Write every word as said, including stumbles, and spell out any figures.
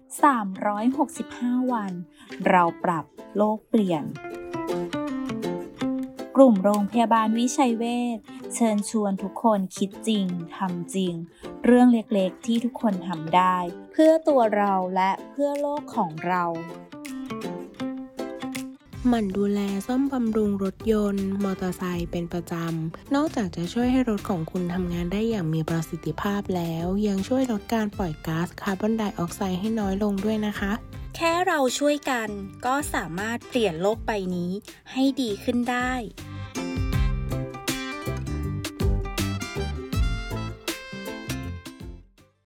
สามร้อยหกสิบห้า วันเราปรับโลกเปลี่ยนกลุ่มโรงพยาบาลวิชัยเวชเชิญชวนทุกคนคิดจริงทำจริงเรื่องเล็กๆที่ทุกคนทำได้เพื่อตัวเราและเพื่อโลกของเราหมั่นดูแลซ่อมบำรุงรถยนต์มอเตอร์ไซค์เป็นประจำนอกจากจะช่วยให้รถของคุณทำงานได้อย่างมีประสิทธิภาพแล้วยังช่วยลดการปล่อยก๊าซคาร์บอนไดออกไซด์ให้น้อยลงด้วยนะคะแค่เราช่วยกันก็สามารถเปลี่ยนโลกใบนี้ให้ดีขึ้นได้